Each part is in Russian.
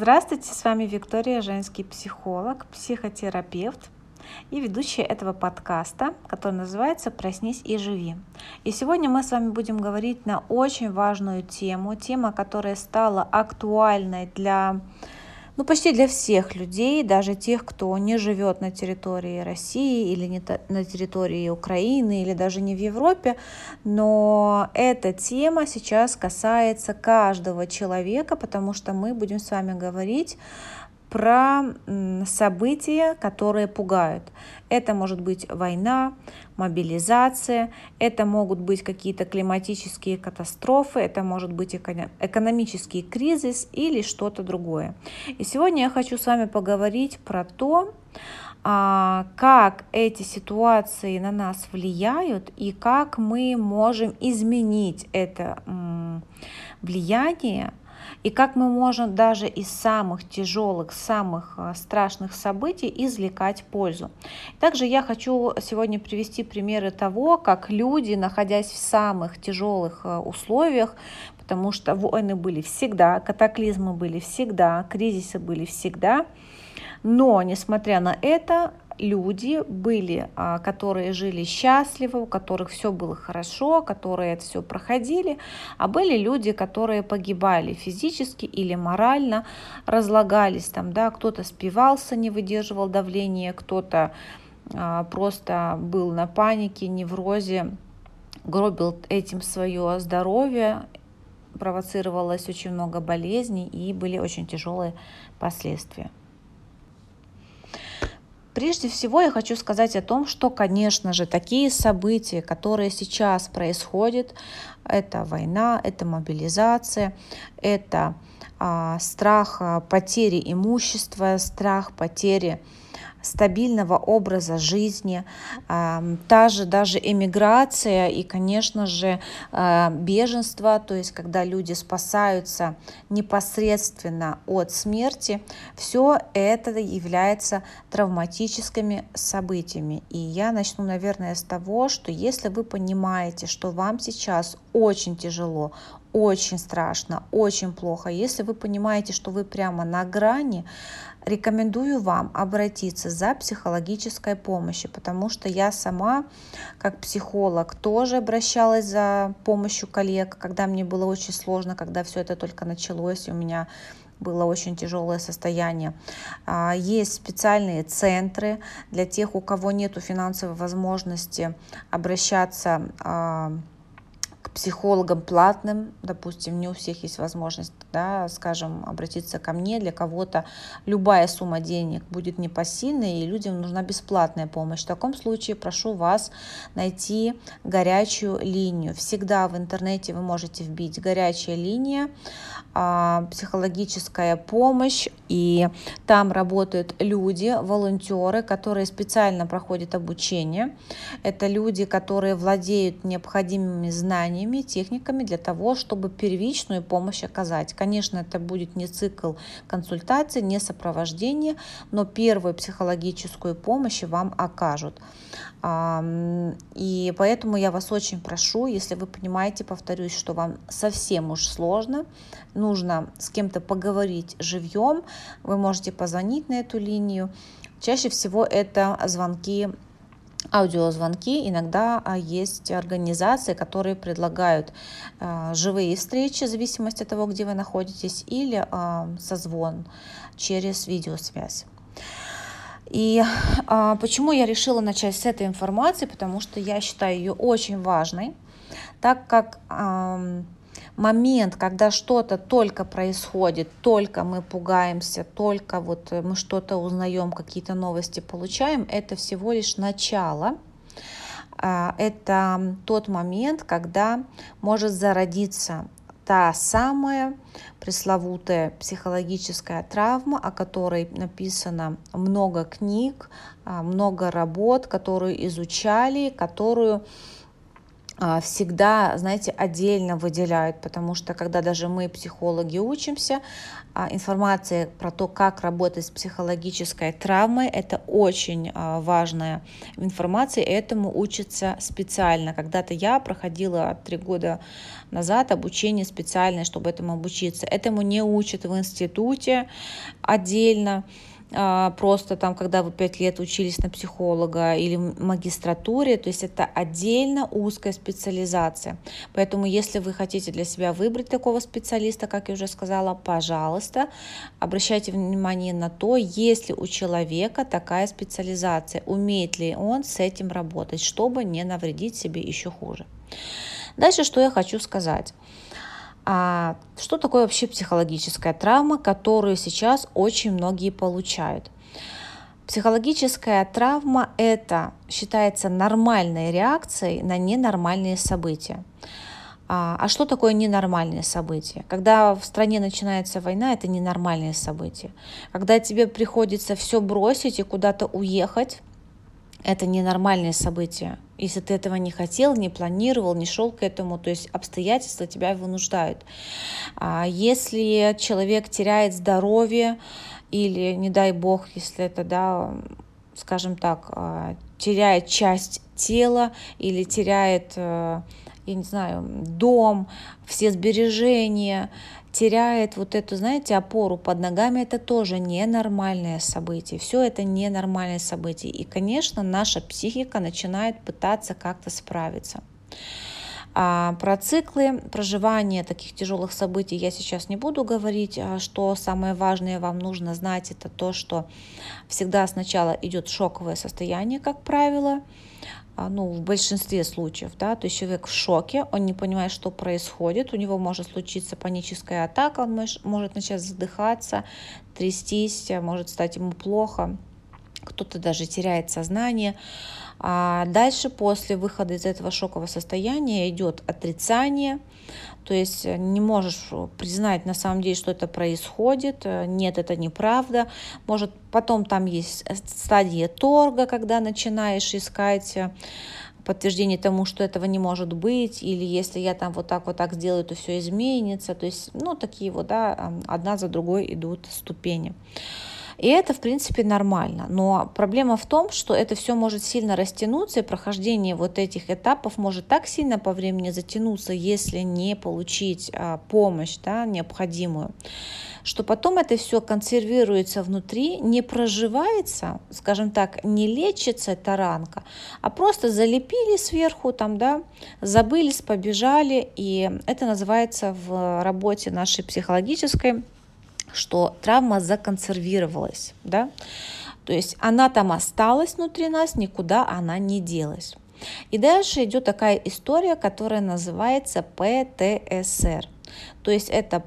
Здравствуйте, с вами Виктория, женский психолог, психотерапевт и ведущая этого подкаста, который называется «Проснись и живи». И сегодня мы с вами будем говорить на очень важную тема, которая стала актуальной почти для всех людей, даже тех, кто не живет на территории России или не на территории Украины или даже не в Европе, но эта тема сейчас касается каждого человека, потому что мы будем с вами говорить про события, которые пугают. Это может быть война, мобилизация, это могут быть какие-то климатические катастрофы, это может быть экономический кризис или что-то другое. И сегодня я хочу с вами поговорить про то, как эти ситуации на нас влияют и как мы можем изменить это влияние, и как мы можем даже из самых тяжелых, самых страшных событий извлекать пользу. Также я хочу сегодня привести примеры того, как люди, находясь в самых тяжелых условиях, потому что войны были всегда, катаклизмы были всегда, кризисы были всегда, но, несмотря на это, люди были, которые жили счастливо, у которых все было хорошо, которые это все проходили, а были люди, которые погибали физически или морально, разлагались там, да, кто-то спивался, не выдерживал давления, кто-то просто был на панике, неврозе, гробил этим свое здоровье, провоцировалось очень много болезней и были очень тяжелые последствия. Прежде всего я хочу сказать о том, что, конечно же, такие события, которые сейчас происходят, это война, это мобилизация, это страх потери имущества, страх потери стабильного образа жизни, та же даже эмиграция и, конечно же, беженство, то есть когда люди спасаются непосредственно от смерти, все это является травматическими событиями. И я начну, наверное, с того, что если вы понимаете, что вам сейчас очень тяжело, очень страшно, очень плохо, если вы понимаете, что вы прямо на грани, рекомендую вам обратиться за психологической помощью, потому что я сама, как психолог, тоже обращалась за помощью коллег, когда мне было очень сложно, когда все это только началось, и у меня было очень тяжелое состояние. Есть специальные центры для тех, у кого нет финансовой возможности обращаться к психологам платным, допустим, не у всех есть возможность, да, скажем, обратиться ко мне, для кого-то любая сумма денег будет непосильной, и людям нужна бесплатная помощь. В таком случае прошу вас найти горячую линию. Всегда в интернете вы можете вбить «горячая линия», психологическая помощь, и там работают люди, волонтеры, которые специально проходят обучение. Это люди, которые владеют необходимыми знаниями, техниками для того, чтобы первичную помощь оказать. Конечно, это будет не цикл консультаций, не сопровождение, но первую психологическую помощь вам окажут. И поэтому я вас очень прошу, если вы понимаете, повторюсь, что вам совсем уж сложно, нужно с кем-то поговорить живьем, вы можете позвонить на эту линию. Чаще всего это звонки, аудиозвонки. Иногда есть организации, которые предлагают живые встречи, в зависимости от того, где вы находитесь, или созвон через видеосвязь. И почему я решила начать с этой информации? Потому что я считаю ее очень важной, так как момент, когда что-то только происходит, только мы пугаемся, только вот мы что-то узнаем, какие-то новости получаем, это всего лишь начало. Это тот момент, когда может зародиться та самая пресловутая психологическая травма, о которой написано много книг, много работ, которую изучали, которую всегда, знаете, отдельно выделяют, потому что когда даже мы, психологи, учимся, информация про то, как работать с психологической травмой, это очень важная информация, и этому учатся специально. Когда-то я проходила 3 года назад обучение специальное, чтобы этому обучиться. Этому не учат в институте отдельно. Просто там, когда вы 5 лет учились на психолога или в магистратуре, то есть это отдельно узкая специализация. Поэтому, если вы хотите для себя выбрать такого специалиста, как я уже сказала, пожалуйста, обращайте внимание на то, есть ли у человека такая специализация, умеет ли он с этим работать, чтобы не навредить себе еще хуже. Дальше, что я хочу сказать. Что такое вообще психологическая травма, которую сейчас очень многие получают? Психологическая травма – это считается нормальной реакцией на ненормальные события. Что такое ненормальные события? Когда в стране начинается война, это ненормальные события. Когда тебе приходится все бросить и куда-то уехать, это ненормальные события. Если ты этого не хотел, не планировал, не шел к этому, то есть обстоятельства тебя вынуждают. Если человек теряет здоровье или, не дай бог, если это, да, скажем так, теряет часть тела или теряет, я не знаю, дом, все сбережения, теряет вот эту, знаете, опору под ногами, это тоже ненормальное событие. Все это ненормальное событие. И, конечно, наша психика начинает пытаться как-то справиться. Про циклы проживания таких тяжелых событий я сейчас не буду говорить. Что самое важное вам нужно знать, это то, что всегда сначала идет шоковое состояние, как правило, в большинстве случаев, да, то есть человек в шоке, он не понимает, что происходит, у него может случиться паническая атака, он может начать задыхаться, трястись, может стать ему плохо, кто-то даже теряет сознание. Дальше, после выхода из этого шокового состояния, идет отрицание, то есть не можешь признать на самом деле, что это происходит, нет, это неправда. Может, потом там есть стадия торга, когда начинаешь искать подтверждение тому, что этого не может быть, или если я там вот так сделаю, то все изменится. То есть, такие вот, да, одна за другой идут ступени. И это, в принципе, нормально. Но проблема в том, что это все может сильно растянуться, и прохождение вот этих этапов может так сильно по времени затянуться, если не получить помощь, да, необходимую, что потом это все консервируется внутри, не проживается, скажем так, не лечится эта ранка, а просто залепили сверху, там, да, забылись, побежали. И это называется в работе нашей психологической, что травма законсервировалась, да, то есть она там осталась внутри нас, никуда она не делась. И дальше идет такая история, которая называется ПТСР, то есть это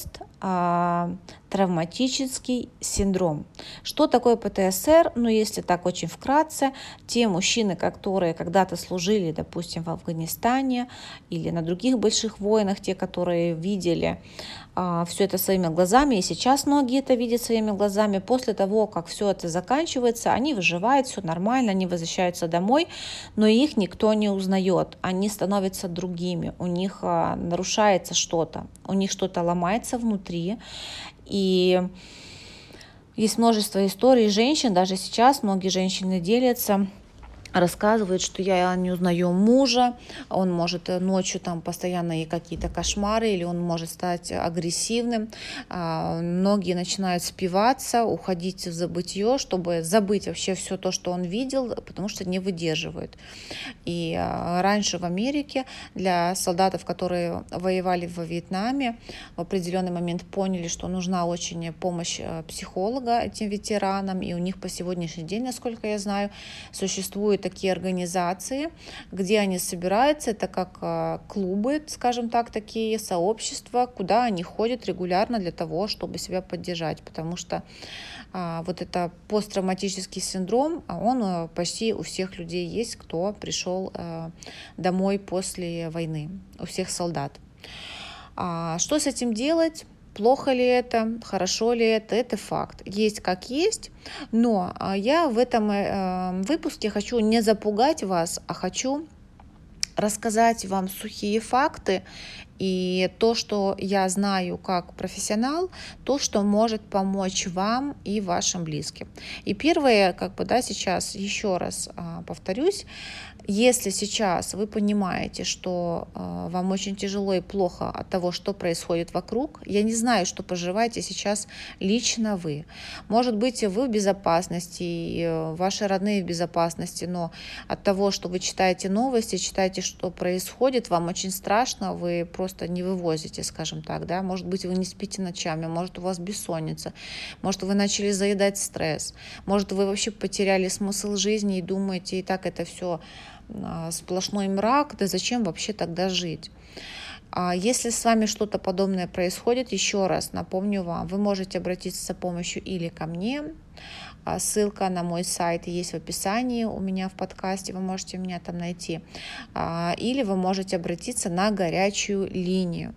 посттравматический синдром. Что такое ПТСР? Если так очень вкратце, те мужчины, которые когда-то служили, допустим, в Афганистане или на других больших войнах, те, которые видели все это своими глазами, и сейчас многие это видят своими глазами, после того, как все это заканчивается, они выживают, все нормально, они возвращаются домой, но их никто не узнает, они становятся другими, у них нарушается что-то, у них что-то ломается внутри. И есть множество историй женщин, даже сейчас многие женщины делятся, рассказывает, что я не узнаю мужа, он может ночью там постоянно и какие-то кошмары, или он может стать агрессивным. Многие начинают спиваться, уходить в забытье, чтобы забыть вообще все то, что он видел, потому что не выдерживают. И раньше в Америке для солдатов, которые воевали во Вьетнаме, в определенный момент поняли, что нужна очень помощь психолога этим ветеранам, и у них по сегодняшний день, насколько я знаю, существуют такие организации, где они собираются, это как клубы, скажем так, такие сообщества, куда они ходят регулярно для того, чтобы себя поддержать, потому что вот это посттравматический синдром, он почти у всех людей есть, кто пришел домой после войны, у всех солдат. Что с этим делать? Плохо ли это, хорошо ли это факт. Есть как есть, но я в этом выпуске хочу не запугать вас, а хочу рассказать вам сухие факты и то, что я знаю как профессионал, то, что может помочь вам и вашим близким. И первое, да, сейчас еще раз повторюсь, если сейчас вы понимаете, что вам очень тяжело и плохо от того, что происходит вокруг, я не знаю, что проживаете сейчас лично вы. Может быть, вы в безопасности, и ваши родные в безопасности, но от того, что вы читаете новости, читаете, что происходит, вам очень страшно, вы просто не вывозите, скажем так, да. Может быть, вы не спите ночами, может, у вас бессонница, может, вы начали заедать стресс, может, вы вообще потеряли смысл жизни и думаете, и так это все сплошной мрак, да зачем вообще тогда жить? Если с вами что-то подобное происходит, еще раз напомню вам, вы можете обратиться за помощью или ко мне, ссылка на мой сайт есть в описании у меня в подкасте, вы можете меня там найти, или вы можете обратиться на горячую линию.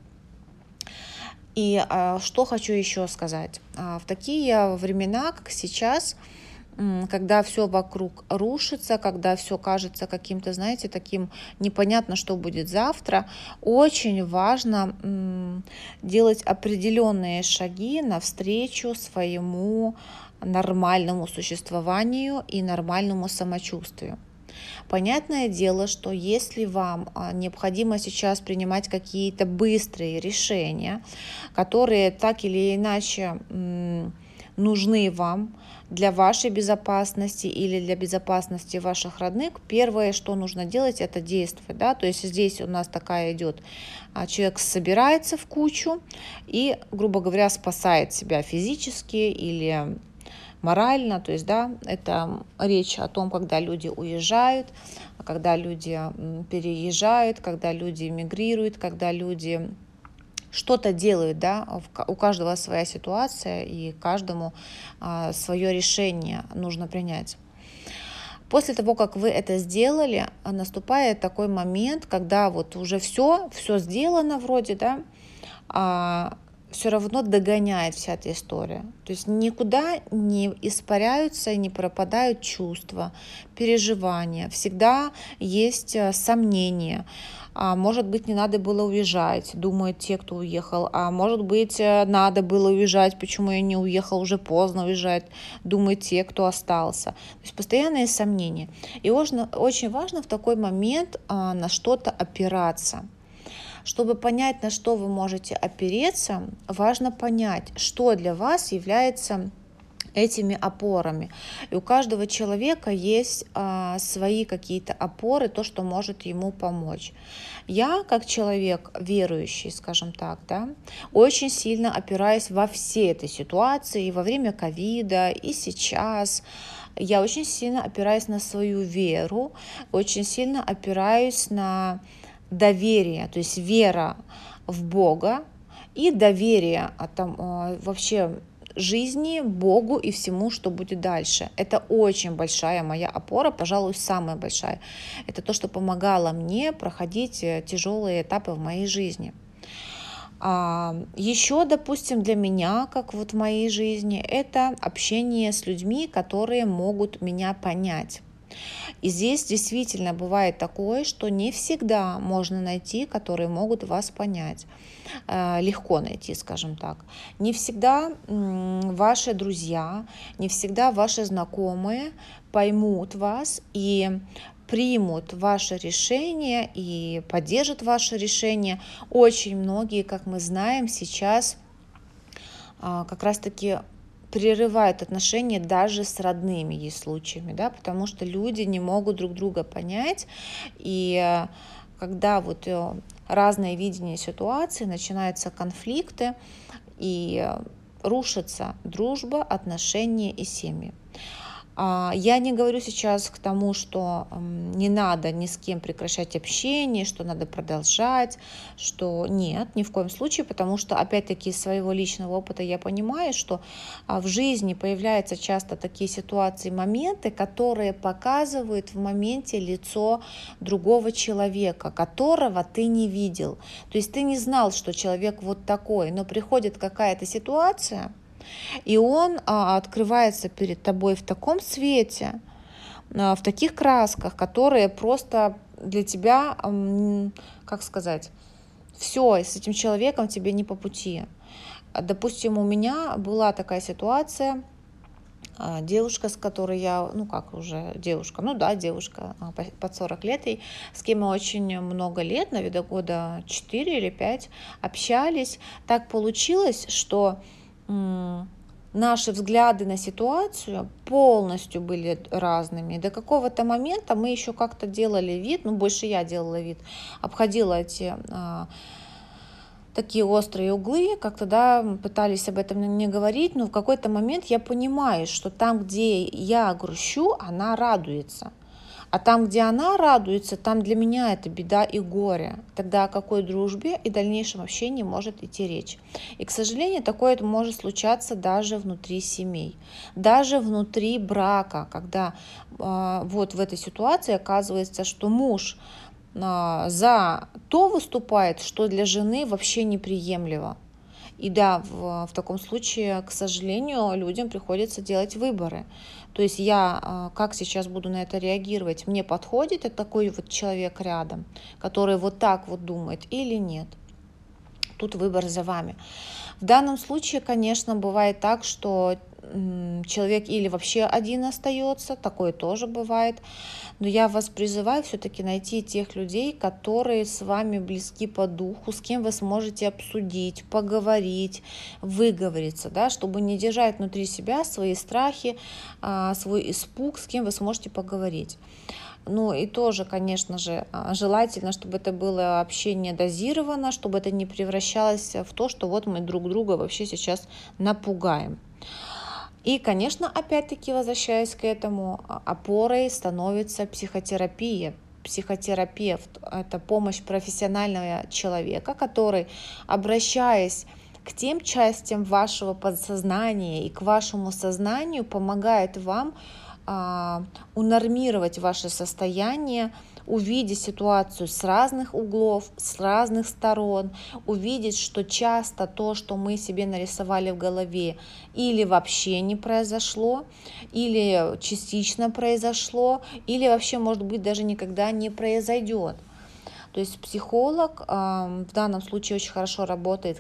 И что хочу еще сказать. В такие времена, как сейчас, когда все вокруг рушится, когда все кажется каким-то, знаете, таким непонятно, что будет завтра, очень важно делать определенные шаги навстречу своему нормальному существованию и нормальному самочувствию. Понятное дело, что если вам необходимо сейчас принимать какие-то быстрые решения, которые так или иначе нужны вам для вашей безопасности или для безопасности ваших родных, первое, что нужно делать, это действовать. Да? То есть здесь у нас такая идет, человек собирается в кучу и, грубо говоря, спасает себя физически или морально, то есть, да, это речь о том, когда люди уезжают, когда люди переезжают, когда люди эмигрируют, когда люди что-то делают, да, у каждого своя ситуация, и каждому свое решение нужно принять. После того, как вы это сделали, наступает такой момент, когда вот уже все сделано вроде, да, все равно догоняет вся эта история. То есть никуда не испаряются и не пропадают чувства, переживания. Всегда есть сомнения. Может быть, не надо было уезжать, думают те, кто уехал. А может быть, надо было уезжать, почему я не уехал, уже поздно уезжать, думают те, кто остался. То есть постоянные сомнения. И очень важно в такой момент на что-то опираться. Чтобы понять, на что вы можете опереться, важно понять, что для вас является этими опорами. И у каждого человека есть свои какие-то опоры, то, что может ему помочь. Я, как человек верующий, скажем так, да, очень сильно опираюсь во все этой ситуации, и во время ковида, и сейчас. Я очень сильно опираюсь на свою веру, очень сильно опираюсь на доверие, то есть вера в Бога и доверие вообще жизни, Богу и всему, что будет дальше. Это очень большая моя опора, пожалуй, самая большая. Это то, что помогало мне проходить тяжелые этапы в моей жизни. Еще, допустим, для меня, как вот в моей жизни, это общение с людьми, которые могут меня понять. И здесь действительно бывает такое, что не всегда можно найти, которые могут вас понять. Легко найти, скажем так. Не всегда ваши друзья, не всегда ваши знакомые поймут вас и примут ваше решение и поддержат ваше решение. Очень многие, как мы знаем, сейчас как раз-таки прерывают отношения даже с родными, есть случаями, да, потому что люди не могут друг друга понять, и когда вот разное видение ситуации, начинаются конфликты, и рушится дружба, отношения и семьи. Я не говорю сейчас к тому, что не надо ни с кем прекращать общение, что надо продолжать, что нет, ни в коем случае, потому что, опять-таки, из своего личного опыта я понимаю, что в жизни появляются часто такие ситуации, моменты, которые показывают в моменте лицо другого человека, которого ты не видел. То есть ты не знал, что человек вот такой, но приходит какая-то ситуация, и он открывается перед тобой в таком свете, в таких красках, которые просто для тебя, как сказать, все, с этим человеком тебе не по пути. Допустим, у меня была такая ситуация, девушка, с которой я, ну как уже девушка, ну да, девушка, под 40 лет, и с кем мы очень много лет, наверное, года 4 или 5 общались. Так получилось, что наши взгляды на ситуацию полностью были разными. До какого-то момента мы еще как-то делали вид, ну больше я делала вид, обходила эти такие острые углы, как-то, да, пытались об этом не говорить, но в какой-то момент я понимаю, что там, где я грущу, она радуется. А там, где она радуется, там для меня это беда и горе. Тогда о какой дружбе и дальнейшем общении может идти речь. И, к сожалению, такое может случаться даже внутри семей, даже внутри брака, когда вот в этой ситуации оказывается, что муж за то выступает, что для жены вообще неприемлемо. И да, в таком случае, к сожалению, людям приходится делать выборы. То есть я как сейчас буду на это реагировать? Мне подходит такой вот человек рядом, который вот так вот думает или нет? Тут выбор за вами. В данном случае, конечно, бывает так, что человек или вообще один остается, такое тоже бывает. Но я вас призываю все-таки найти тех людей, которые с вами близки по духу, с кем вы сможете обсудить, поговорить, выговориться, да, чтобы не держать внутри себя свои страхи, свой испуг, с кем вы сможете поговорить. Ну и тоже, конечно же, желательно, чтобы это было общение дозировано, чтобы это не превращалось в то, что вот мы друг друга вообще сейчас напугаем. И, конечно, опять-таки, возвращаясь к этому, опорой становится психотерапия. Психотерапевт– это помощь профессионального человека, который, обращаясь к тем частям вашего подсознания и к вашему сознанию, помогает вам унормировать ваше состояние, увидеть ситуацию с разных углов, с разных сторон, увидеть, что часто то, что мы себе нарисовали в голове, или вообще не произошло, или частично произошло, или вообще, может быть, даже никогда не произойдет. То есть психолог в данном случае очень хорошо работает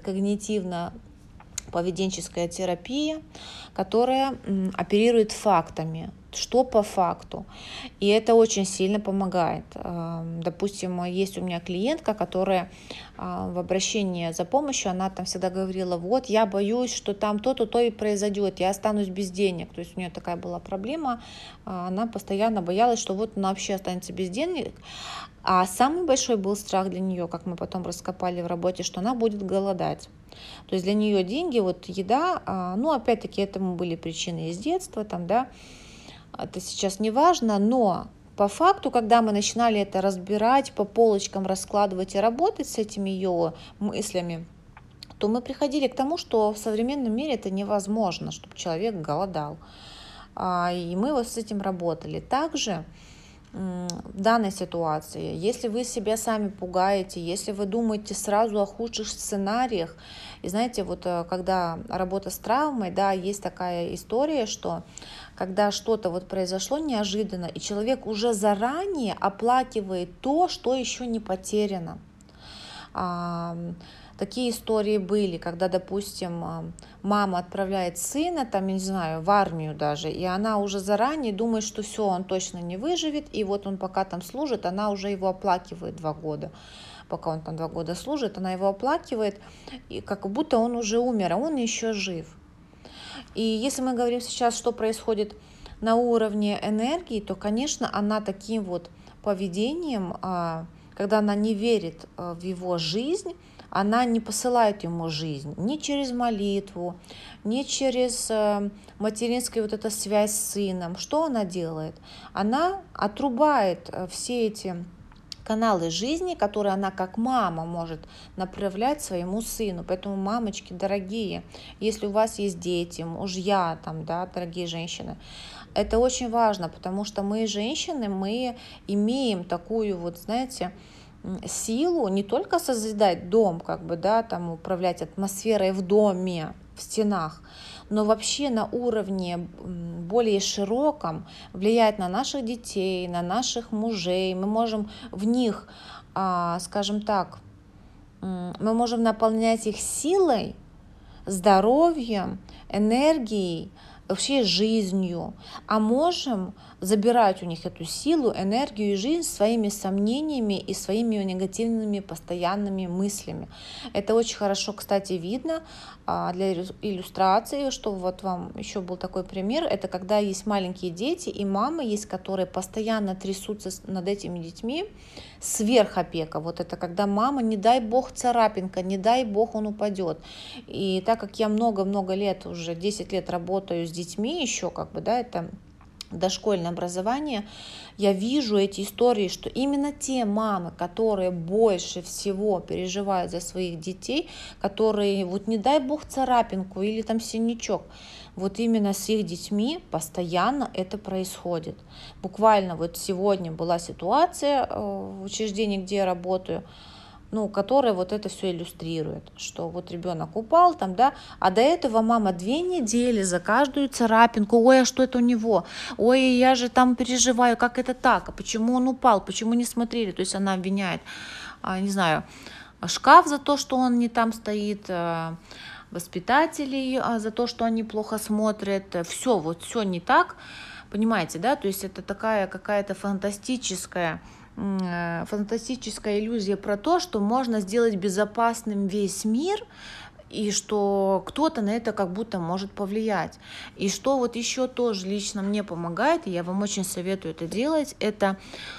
когнитивно-поведенческая терапия, которая оперирует фактами, что по факту. И это очень сильно помогает. Допустим, есть у меня клиентка, которая в обращении за помощью, она там всегда говорила, вот я боюсь, что там то-то, то и произойдет, я останусь без денег. То есть у нее такая была проблема, она постоянно боялась, что вот она вообще останется без денег. А самый большой был страх для нее, как мы потом раскопали в работе, что она будет голодать. То есть для нее деньги, вот еда, ну опять-таки этому были причины из детства, там, да, это сейчас не важно, но по факту, когда мы начинали это разбирать, по полочкам раскладывать и работать с этими ее мыслями, то мы приходили к тому, что в современном мире это невозможно, чтобы человек голодал. И мы вот с этим работали. Также в данной ситуации, если вы себя сами пугаете, если вы думаете сразу о худших сценариях, и знаете, вот когда работа с травмой, да, есть такая история, что когда что-то вот произошло неожиданно, и человек уже заранее оплакивает то, что еще не потеряно. Такие истории были, когда, допустим, мама отправляет сына, там, я не знаю, в армию даже, и она уже заранее думает, что все, он точно не выживет, и вот он пока там служит, она уже его оплакивает 2 года. Пока он там 2 года служит, она его оплакивает, и как будто он уже умер, а он еще жив. И если мы говорим сейчас, что происходит на уровне энергии, то, конечно, она таким вот поведением, когда она не верит в его жизнь, она не посылает ему жизнь ни через молитву, ни через материнскую вот эту связь с сыном. Что она делает? Она отрубает все эти каналы жизни, которые она как мама может направлять своему сыну. Поэтому, мамочки дорогие, если у вас есть дети, мужья, там, да, дорогие женщины, это очень важно, потому что мы, женщины, мы имеем такую вот, знаете, силу не только созидать дом, как бы, да, там, управлять атмосферой в доме, в стенах, но вообще на уровне более широком влияет на наших детей, на наших мужей. Мы можем в них, скажем так, мы можем наполнять их силой, здоровьем, энергией, вообще жизнью, а можем забирать у них эту силу, энергию и жизнь своими сомнениями и своими негативными постоянными мыслями. Это очень хорошо, кстати, видно для иллюстрации, что вот вам еще был такой пример, это когда есть маленькие дети и мамы есть, которые постоянно трясутся над этими детьми, сверхопека. Вот это когда мама, не дай бог царапинка, не дай бог он упадет. И так как я много-много лет, уже 10 лет работаю с детьми еще, как бы, да, это дошкольное образование, я вижу эти истории, что именно те мамы, которые больше всего переживают за своих детей, которые, вот не дай бог царапинку или там синячок, вот именно с их детьми постоянно это происходит. Буквально вот сегодня была ситуация в учреждении, где я работаю, которая вот это все иллюстрирует, что вот ребенок упал там, да, а до этого мама 2 недели за каждую царапинку, ой, а что это у него, ой, я же там переживаю, как это так, а почему он упал, почему не смотрели, то есть она обвиняет, не знаю, шкаф за то, что он не там стоит, воспитателей за то, что они плохо смотрят, все не так, понимаете, да, то есть это такая какая-то фантастическая иллюзия про то, что можно сделать безопасным весь мир, и что кто-то на это как будто может повлиять. И что вот еще тоже лично мне помогает, и я вам очень советую это делать, это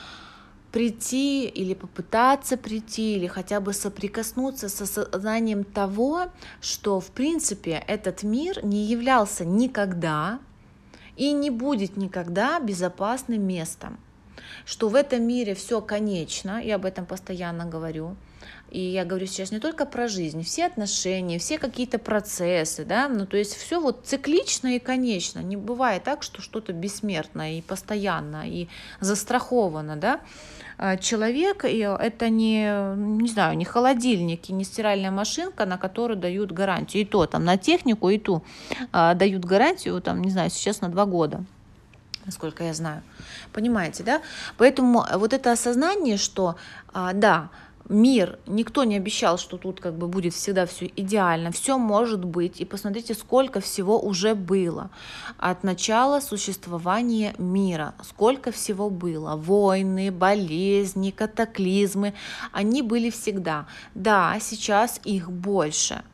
прийти или попытаться прийти, или хотя бы соприкоснуться с осознанием того, что в принципе этот мир не являлся никогда и не будет никогда безопасным местом. Что в этом мире все конечно, я об этом постоянно говорю, и я говорю сейчас не только про жизнь, все отношения, все какие-то процессы, да, то есть все вот циклично и конечно, не бывает так, что что-то бессмертно и постоянно, и застраховано, да, человек, и это не знаю, не холодильник и не стиральная машинка, на которую дают гарантию, и то там на технику, и ту дают гарантию, там, не знаю, сейчас на 2 года. Насколько я знаю. Понимаете, да? Поэтому вот это осознание, что да, мир, никто не обещал, что тут как бы будет всегда все идеально, все может быть. И посмотрите, сколько всего уже было от начала существования мира, сколько всего было. Войны, болезни, катаклизмы, они были всегда. Да, сейчас их больше.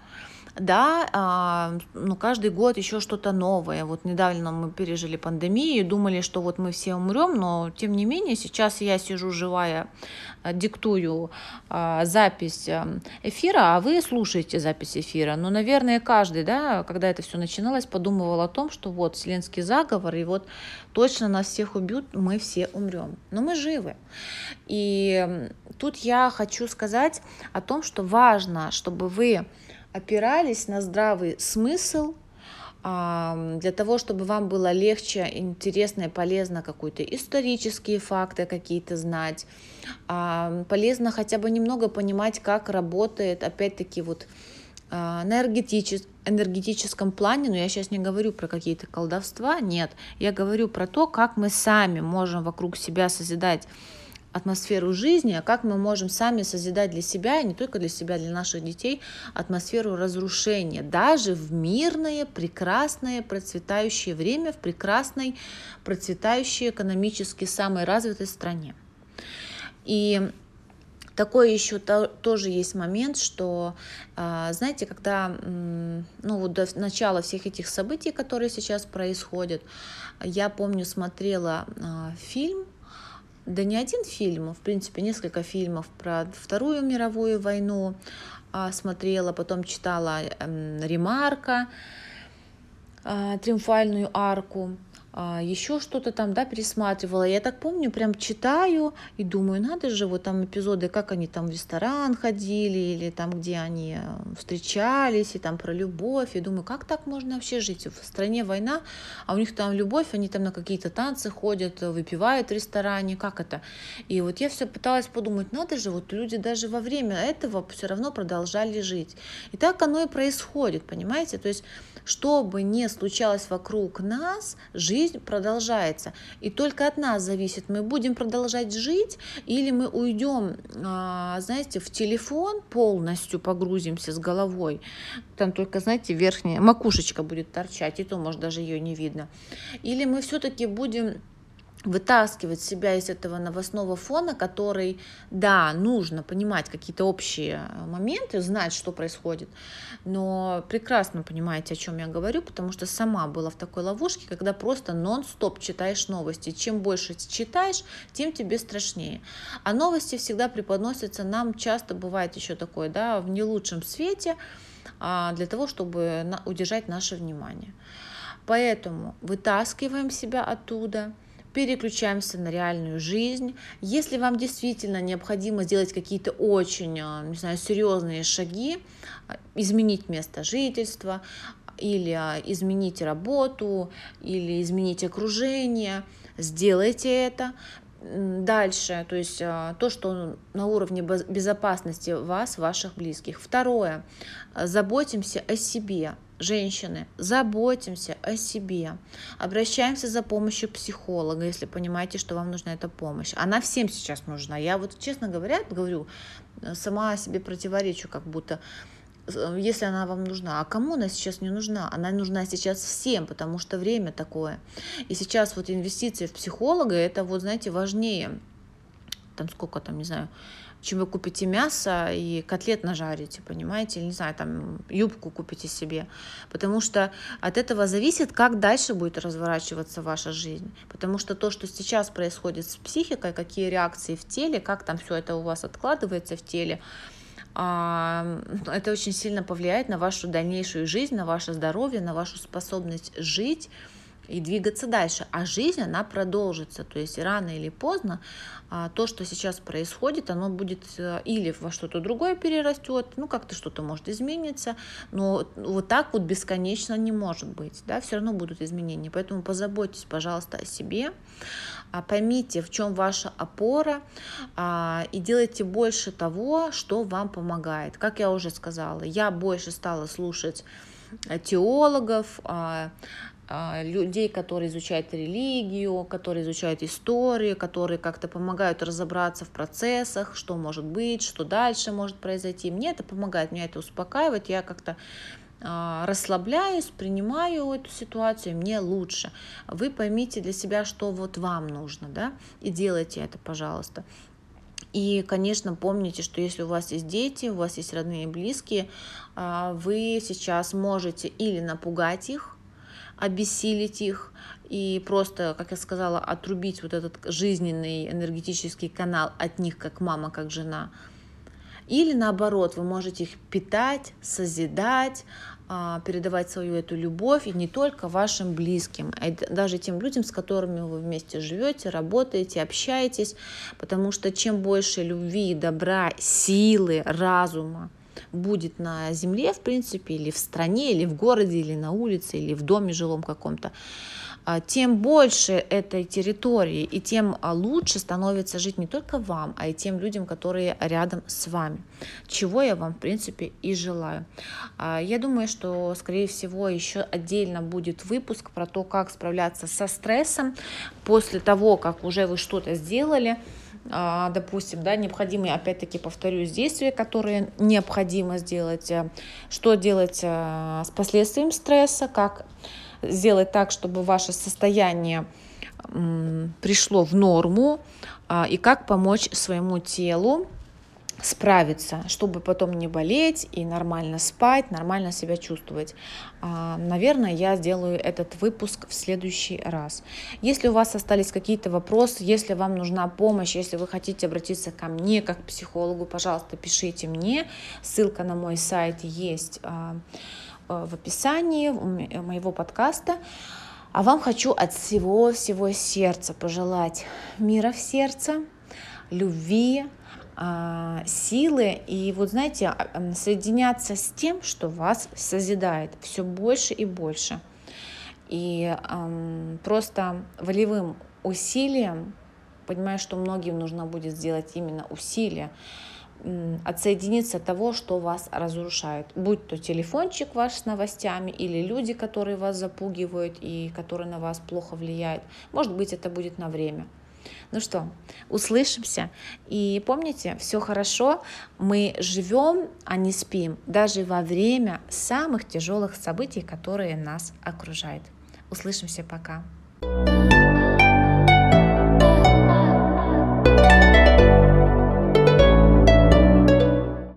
Да, каждый год еще что-то новое. Вот недавно мы пережили пандемию и думали, что вот мы все умрем, но тем не менее сейчас я сижу живая, диктую запись эфира, а вы слушаете запись эфира. Но, наверное, каждый, да, когда это все начиналось, подумывал о том, что вот вселенский заговор, и вот точно нас всех убьют, мы все умрем. Но мы живы. И тут я хочу сказать о том, что важно, чтобы вы опирались на здравый смысл, для того, чтобы вам было легче, интересно и полезно какие-то исторические факты какие-то знать, полезно хотя бы немного понимать, как работает, опять-таки, вот на энергетическом плане, но я сейчас не говорю про какие-то колдовства, нет, я говорю про то, как мы сами можем вокруг себя созидать атмосферу жизни, а как мы можем сами созидать для себя, и не только для себя, для наших детей, атмосферу разрушения, даже в мирное, прекрасное, процветающее время, в прекрасной, процветающей, экономически самой развитой стране. И такой еще тоже есть момент, что, знаете, когда, до начала всех этих событий, которые сейчас происходят, я помню, смотрела фильм, да не один фильм, в принципе, несколько фильмов про Вторую мировую войну смотрела, потом читала Ремарка, «Триумфальную арку». еще что-то там, да, пересматривала. Я так помню, прям читаю и думаю, надо же, вот там эпизоды, как они там в ресторан ходили, или там, где они встречались, и там про любовь. И думаю, как так можно вообще жить? В стране война, а у них там любовь, они там на какие-то танцы ходят, выпивают в ресторане, как это? И вот я все пыталась подумать, надо же, вот люди даже во время этого все равно продолжали жить. И так оно и происходит, понимаете? То есть, что бы ни случалось вокруг нас, жизнь продолжается. И только от нас зависит, мы будем продолжать жить или мы уйдем, знаете, в телефон, полностью погрузимся с головой. Там только, знаете, верхняя макушечка будет торчать, и то, может, даже ее не видно. Или мы все-таки будем вытаскивать себя из этого новостного фона, который, да, нужно понимать какие-то общие моменты, знать, что происходит, но прекрасно понимаете, о чем я говорю, потому что сама была в такой ловушке, когда просто нон-стоп читаешь новости. Чем больше читаешь, тем тебе страшнее. А новости всегда преподносятся нам, часто бывает еще такое, да, в не лучшем свете, для того, чтобы удержать наше внимание. Поэтому вытаскиваем себя оттуда, переключаемся на реальную жизнь. Если вам действительно необходимо сделать какие-то очень, не знаю, серьезные шаги, изменить место жительства, или изменить работу, или изменить окружение, сделайте это. Дальше, то есть то, что на уровне безопасности вас, ваших близких. Второе, заботимся о себе. Женщины, заботимся о себе, обращаемся за помощью к психологу, если понимаете, что вам нужна эта помощь. Она всем сейчас нужна. Я вот, честно говоря, говорю, сама себе противоречу, как будто, если она вам нужна. А кому она сейчас не нужна? Она нужна сейчас всем, потому что время такое. И сейчас вот инвестиции в психолога, это вот, знаете, важнее. Там сколько там, не знаю, чем вы купите мясо и котлет нажарите, понимаете, или, не знаю, там юбку купите себе, потому что от этого зависит, как дальше будет разворачиваться ваша жизнь, потому что то, что сейчас происходит с психикой, какие реакции в теле, как там все это у вас откладывается в теле, это очень сильно повлияет на вашу дальнейшую жизнь, на ваше здоровье, на вашу способность жить и двигаться дальше. А жизнь, она продолжится. То есть рано или поздно то, что сейчас происходит, оно будет или во что-то другое перерастет, ну как-то что-то может измениться, но вот так вот бесконечно не может быть. Да? Все равно будут изменения. Поэтому позаботьтесь, пожалуйста, о себе. Поймите, в чем ваша опора, и делайте больше того, что вам помогает. Как я уже сказала, я больше стала слушать теологов, людей, которые изучают религию, которые изучают историю, которые как-то помогают разобраться в процессах, что может быть, что дальше может произойти. Мне это помогает, меня это успокаивает, я как-то расслабляюсь, принимаю эту ситуацию, мне лучше. Вы поймите для себя, что вот вам нужно, да, и делайте это, пожалуйста. И, конечно, помните, что если у вас есть дети, у вас есть родные и близкие, вы сейчас можете или напугать их, обессилить их и просто, как я сказала, отрубить вот этот жизненный энергетический канал от них, как мама, как жена. Или наоборот, вы можете их питать, созидать, передавать свою эту любовь, и не только вашим близким, а даже тем людям, с которыми вы вместе живете, работаете, общаетесь, потому что чем больше любви, добра, силы, разума будет на земле, в принципе, или в стране, или в городе, или на улице, или в доме жилом каком-то, тем больше этой территории, и тем лучше становится жить не только вам, а и тем людям, которые рядом с вами, чего я вам, в принципе, и желаю. Я думаю, что, скорее всего, еще отдельно будет выпуск про то, как справляться со стрессом после того, как уже вы что-то сделали, допустим, да, необходимые, опять-таки, повторюсь, действия, которые необходимо сделать, что делать с последствием стресса, как сделать так, чтобы ваше состояние пришло в норму, и как помочь своему телу справиться, чтобы потом не болеть и нормально спать, нормально себя чувствовать. Наверное, я сделаю этот выпуск в следующий раз. Если у вас остались какие-то вопросы, если вам нужна помощь, если вы хотите обратиться ко мне как к психологу, пожалуйста, пишите мне. Ссылка на мой сайт есть в описании моего подкаста. А вам хочу от всего-всего сердца пожелать мира в сердце, любви, силы и вот знаете, соединяться с тем, что вас созидает все больше и больше. И просто волевым усилием, понимаю, что многим нужно будет сделать именно усилие, отсоединиться от того, что вас разрушает. Будь то телефончик ваш с новостями или люди, которые вас запугивают и которые на вас плохо влияют. Может быть, это будет на время. Ну что, услышимся. И помните, все хорошо, мы живем, а не спим, даже во время самых тяжелых событий, которые нас окружают. Услышимся, пока.